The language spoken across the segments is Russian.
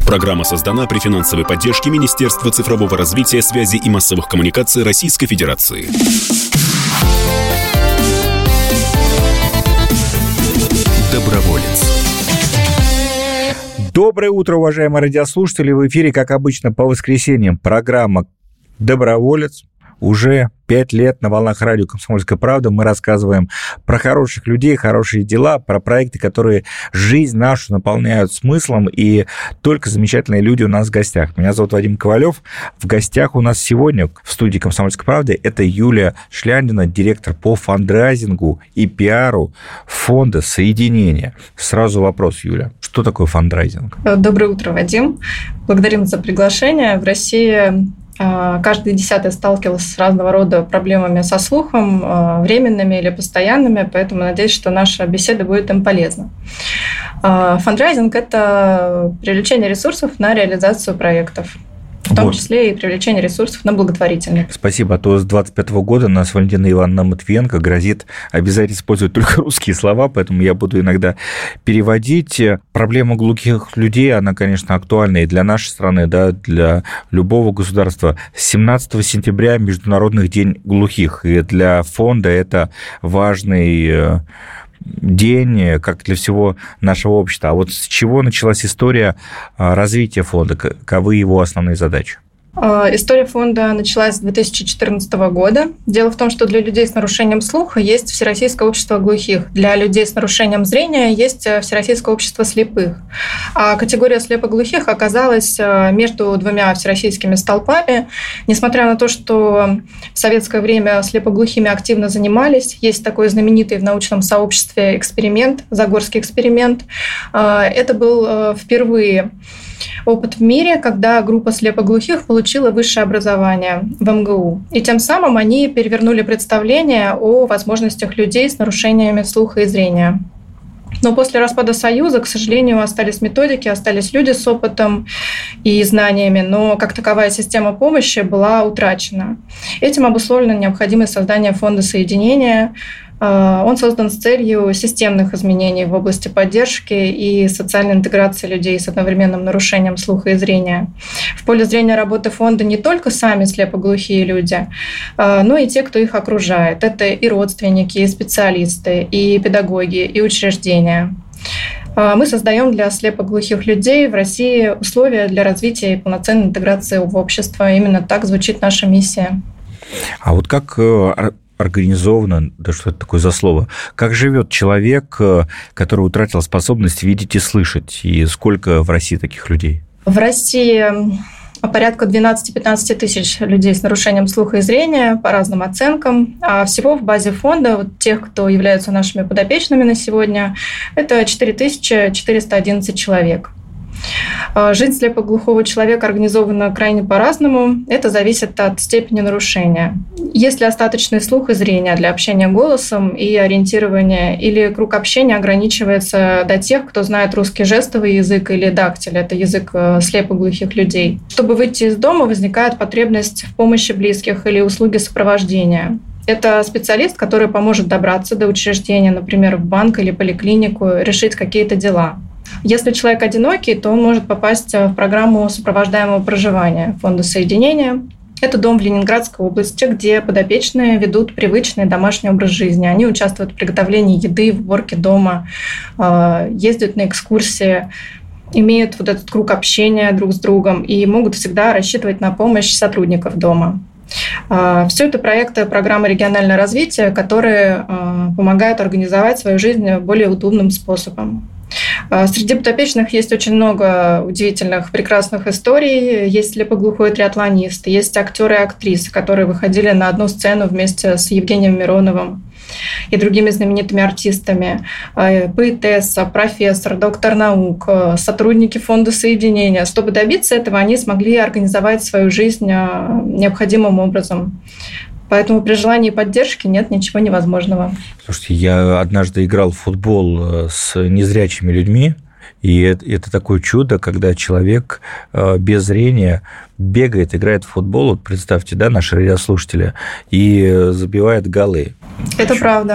Программа создана при финансовой поддержке Министерства цифрового развития, связи и массовых коммуникаций Российской Федерации. Доброволец. Доброе утро, уважаемые радиослушатели. В эфире, как обычно, по воскресеньям программа «Доброволец». Уже 5 лет на волнах радио «Комсомольская правда» мы рассказываем про хороших людей, хорошие дела, про проекты, которые жизнь нашу наполняют смыслом, и только замечательные люди у нас в гостях. Меня зовут Вадим Ковалев. В гостях у нас сегодня в студии «Комсомольской правды» это Юлия Шляндина, директор по фандрайзингу и пиару фонда «Соединение». Сразу вопрос, Юля. Что такое фандрайзинг? Доброе утро, Вадим. Благодарим за приглашение. В России каждый 10-й сталкивался с разного рода проблемами со слухом, временными или постоянными, поэтому надеюсь, что наша беседа будет им полезна. Фандрайзинг – это привлечение ресурсов на реализацию проектов, в том числе и привлечение ресурсов на благотворительных. Спасибо. А то с 2025 года нас Валентина Ивановна Матвиенко грозит обязательно использовать только русские слова, поэтому я буду иногда переводить. Проблема глухих людей, она, конечно, актуальна и для нашей страны, да, для любого государства. 17 сентября – Международный день глухих, и для фонда это важный день, как для всего нашего общества. А вот с чего началась история развития фонда? Каковы его основные задачи? История фонда началась с 2014 года. Дело в том, что для людей с нарушением слуха есть Всероссийское общество глухих, для людей с нарушением зрения есть Всероссийское общество слепых. А категория слепоглухих оказалась между двумя всероссийскими столпами. Несмотря на то, что в советское время слепоглухими активно занимались, есть такой знаменитый в научном сообществе эксперимент, Загорский эксперимент. Это был впервые опыт в мире, когда группа слепоглухих получила высшее образование в МГУ. И тем самым они перевернули представление о возможностях людей с нарушениями слуха и зрения. Но после распада Союза, к сожалению, остались методики, остались люди с опытом и знаниями, но как таковая система помощи была утрачена. Этим обусловлено необходимость создания фонда «Соединение». Он создан с целью системных изменений в области поддержки и социальной интеграции людей с одновременным нарушением слуха и зрения. В поле зрения работы фонда не только сами слепоглухие люди, но и те, кто их окружает. Это и родственники, и специалисты, и педагоги, и учреждения. Мы создаем для слепоглухих людей в России условия для развития и полноценной интеграции в общество. Именно так звучит наша миссия. А вот как организовано, да что это такое за слово, как живет человек, который утратил способность видеть и слышать, и сколько в России таких людей? В России порядка 12-15 тысяч людей с нарушением слуха и зрения, по разным оценкам. А всего в базе фонда, вот тех, кто являются нашими подопечными на сегодня, это 4411 человек. Жизнь слепоглухого человека организована крайне по-разному. Это зависит от степени нарушения. Есть ли остаточный слух и зрение для общения голосом и ориентирования, или круг общения ограничивается до тех, кто знает русский жестовый язык или дактиль, это язык слепоглухих людей. Чтобы выйти из дома, возникает потребность в помощи близких или услуги сопровождения. Это специалист, который поможет добраться до учреждения, например, в банк или поликлинику, решить какие-то дела. Если человек одинокий, то он может попасть в программу сопровождаемого проживания фонда «Соединение». Это дом в Ленинградской области, где подопечные ведут привычный домашний образ жизни. Они участвуют в приготовлении еды, в уборке дома, ездят на экскурсии, имеют вот этот круг общения друг с другом и могут всегда рассчитывать на помощь сотрудников дома. Все это проекты программы регионального развития, которые помогают организовать свою жизнь более удобным способом. Среди подопечных есть очень много удивительных, прекрасных историй. Есть слепоглухой триатлонист, есть актеры и актрисы, которые выходили на одну сцену вместе с Евгением Мироновым и другими знаменитыми артистами. Поэтесса, профессор, доктор наук, сотрудники фонда «Соединение». Чтобы добиться этого, они смогли организовать свою жизнь необходимым образом. Поэтому при желании поддержки нет ничего невозможного. Слушайте, я однажды играл в футбол с незрячими людьми, и это такое чудо, когда человек без зрения бегает, играет в футбол, вот представьте, да, наши радиослушатели, и забивает голы. Это правда.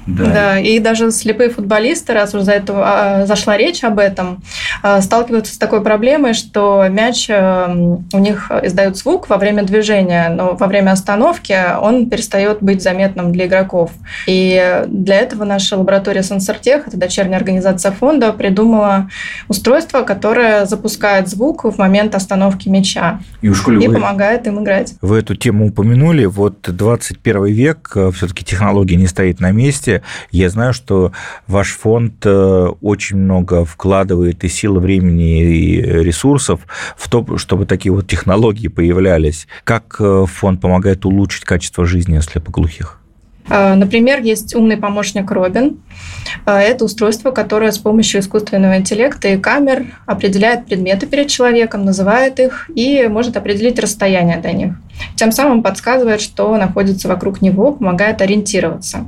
Да, и даже слепые футболисты, раз уже зашла речь об этом, сталкиваются с такой проблемой, что мяч у них издает звук во время движения, но во время остановки он перестает быть заметным для игроков. И для этого наша лаборатория Сенсортех, это дочерняя организация фонда, придумала устройство, которое запускает звук в момент остановки мяча и помогает им играть. Вы эту тему упомянули. Вот 21 век, все-таки технология не стоит на месте. Я знаю, что ваш фонд очень много вкладывает и сил, и времени, и ресурсов в то, чтобы такие вот технологии появлялись. Как фонд помогает улучшить качество жизни слепоглухих? Например, есть умный помощник Робин. Это устройство, которое с помощью искусственного интеллекта и камер определяет предметы перед человеком, называет их и может определить расстояние до них. Тем самым подсказывает, что находится вокруг него, помогает ориентироваться.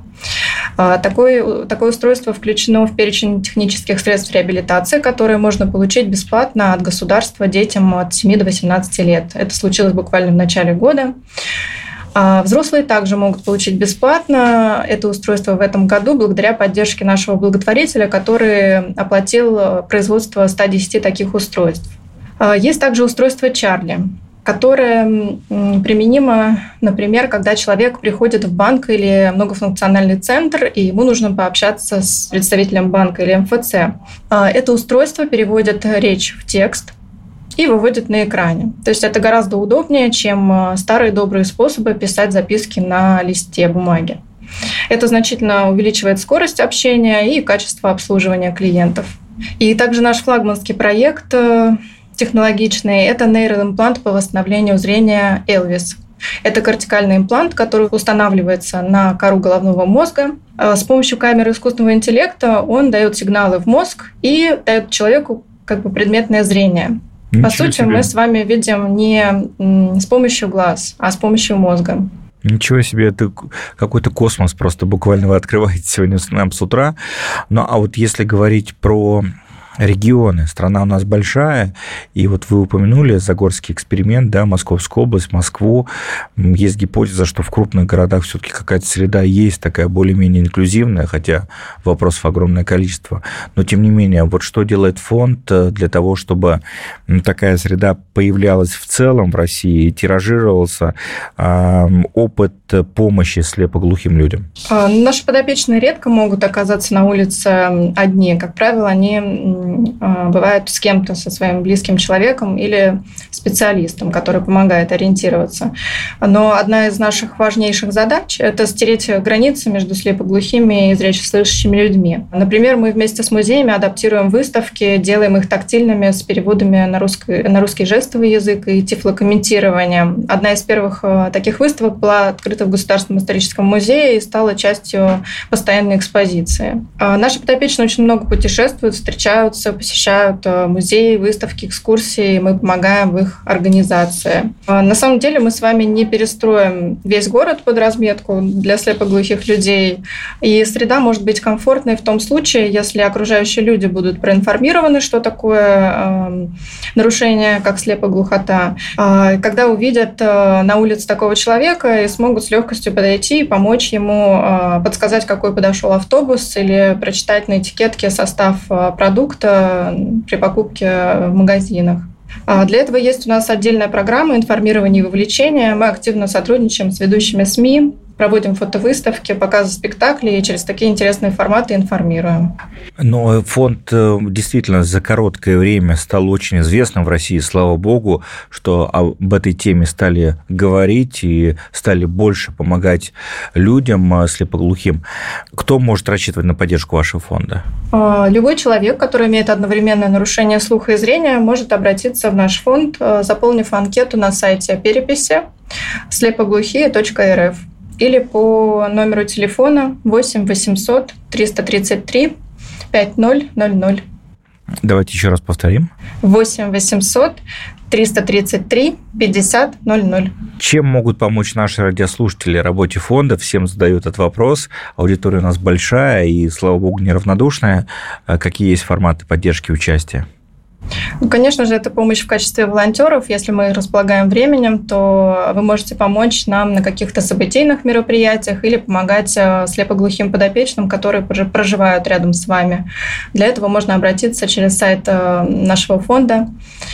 Такое устройство включено в перечень технических средств реабилитации, которые можно получить бесплатно от государства детям от 7 до 18 лет. Это случилось буквально в начале года. Взрослые также могут получить бесплатно это устройство в этом году благодаря поддержке нашего благотворителя, который оплатил производство 110 таких устройств. Есть также устройство Чарли, которое применимо, например, когда человек приходит в банк или многофункциональный центр, и ему нужно пообщаться с представителем банка или МФЦ. Это устройство переводит речь в текст и выводит на экране. То есть это гораздо удобнее, чем старые добрые способы писать записки на листе бумаги. Это значительно увеличивает скорость общения и качество обслуживания клиентов. И также наш флагманский проект технологичный – это нейроимплант по восстановлению зрения Elvis. Это кортикальный имплант, который устанавливается на кору головного мозга. С помощью камеры искусственного интеллекта он дает сигналы в мозг и дает человеку предметное зрение. По сути, мы с вами видим не с помощью глаз, а с помощью мозга. Ничего себе, это какой-то космос просто буквально вы открываете сегодня нам с утра. Ну, а вот если говорить про регионы, страна у нас большая, и вот вы упомянули Загорский эксперимент, да, Московскую область, Москву. Есть гипотеза, что в крупных городах все-таки какая-то среда есть такая более-менее инклюзивная, хотя вопросов огромное количество. Но, тем не менее, вот что делает фонд для того, чтобы такая среда появлялась в целом в России, тиражировался опыт помощи слепоглухим людям? Наши подопечные редко могут оказаться на улице одни. Как правило, они бывают с кем-то, со своим близким человеком или специалистом, который помогает ориентироваться. Но одна из наших важнейших задач – это стереть границы между слепоглухими и зрячеслышащими людьми. Например, мы вместе с музеями адаптируем выставки, делаем их тактильными с переводами на русский жестовый язык и тифлокомментированием. Одна из первых таких выставок была открыта в Государственном историческом музее и стала частью постоянной экспозиции. Наши подопечные очень много путешествуют, встречаются, посещают музеи, выставки, экскурсии, мы помогаем в их организации. На самом деле мы с вами не перестроим весь город под разметку для слепоглухих людей, и среда может быть комфортной в том случае, если окружающие люди будут проинформированы, что такое нарушение, как слепоглухота, когда увидят на улице такого человека и смогут с легкостью подойти и помочь ему, подсказать, какой подошел автобус, или прочитать на этикетке состав продукта при покупке в магазинах. Для этого есть у нас отдельная программа информирования и вовлечения. Мы активно сотрудничаем с ведущими СМИ, проводим фотовыставки, показы спектаклей и через такие интересные форматы информируем. Но фонд действительно за короткое время стал очень известным в России, слава богу, что об этой теме стали говорить и стали больше помогать людям слепоглухим. Кто может рассчитывать на поддержку вашего фонда? Любой человек, который имеет одновременное нарушение слуха и зрения, может обратиться в наш фонд, заполнив анкету на сайте переписи слепоглухие.рф или по номеру телефона 8 800 333 5000. Давайте еще раз повторим. 8 800 333 5000. Чем могут помочь наши радиослушатели работе фонда? Всем задают этот вопрос. Аудитория у нас большая и, слава богу, неравнодушная. Какие есть форматы поддержки и участия? Конечно же, это помощь в качестве волонтеров. Если мы располагаем временем, то вы можете помочь нам на каких-то событийных мероприятиях или помогать слепоглухим подопечным, которые проживают рядом с вами. Для этого можно обратиться через сайт нашего фонда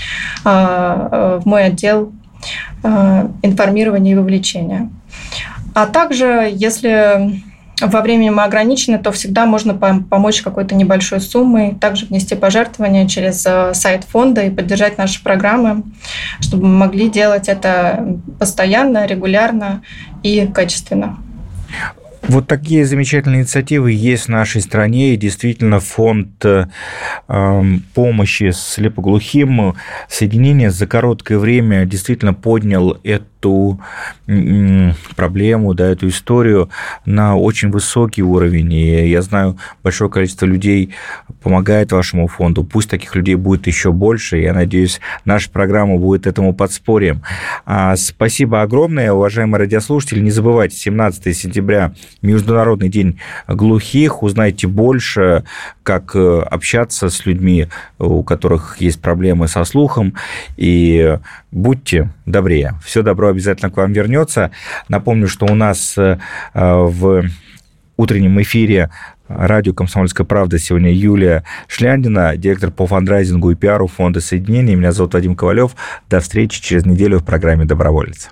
в мой отдел информирования и вовлечения. А также, если во времени мы ограничены, то всегда можно помочь какой-то небольшой суммой, также внести пожертвования через сайт фонда и поддержать наши программы, чтобы мы могли делать это постоянно, регулярно и качественно. Вот такие замечательные инициативы есть в нашей стране, и действительно фонд помощи слепоглухим соединения за короткое время действительно поднял эту проблему, да, эту историю на очень высокий уровень. И я знаю, большое количество людей помогает вашему фонду. Пусть таких людей будет еще больше. Я надеюсь, наша программа будет этому подспорьем. Спасибо огромное, уважаемые радиослушатели. Не забывайте, 17 сентября Международный день глухих. Узнайте больше, как общаться с людьми, у которых есть проблемы со слухом. И будьте добрее. Все добро обязательно к вам вернется. Напомню, что у нас в утреннем эфире радио «Комсомольская правда» сегодня Юлия Шляндина, директор по фандрайзингу и пиару фонда «Соединение». Меня зовут Вадим Ковалев. До встречи через неделю в программе «Доброволец».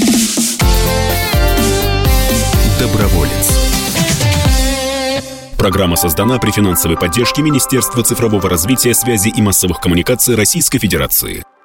Доброволец. Программа создана при финансовой поддержке Министерства цифрового развития, связи и массовых коммуникаций Российской Федерации.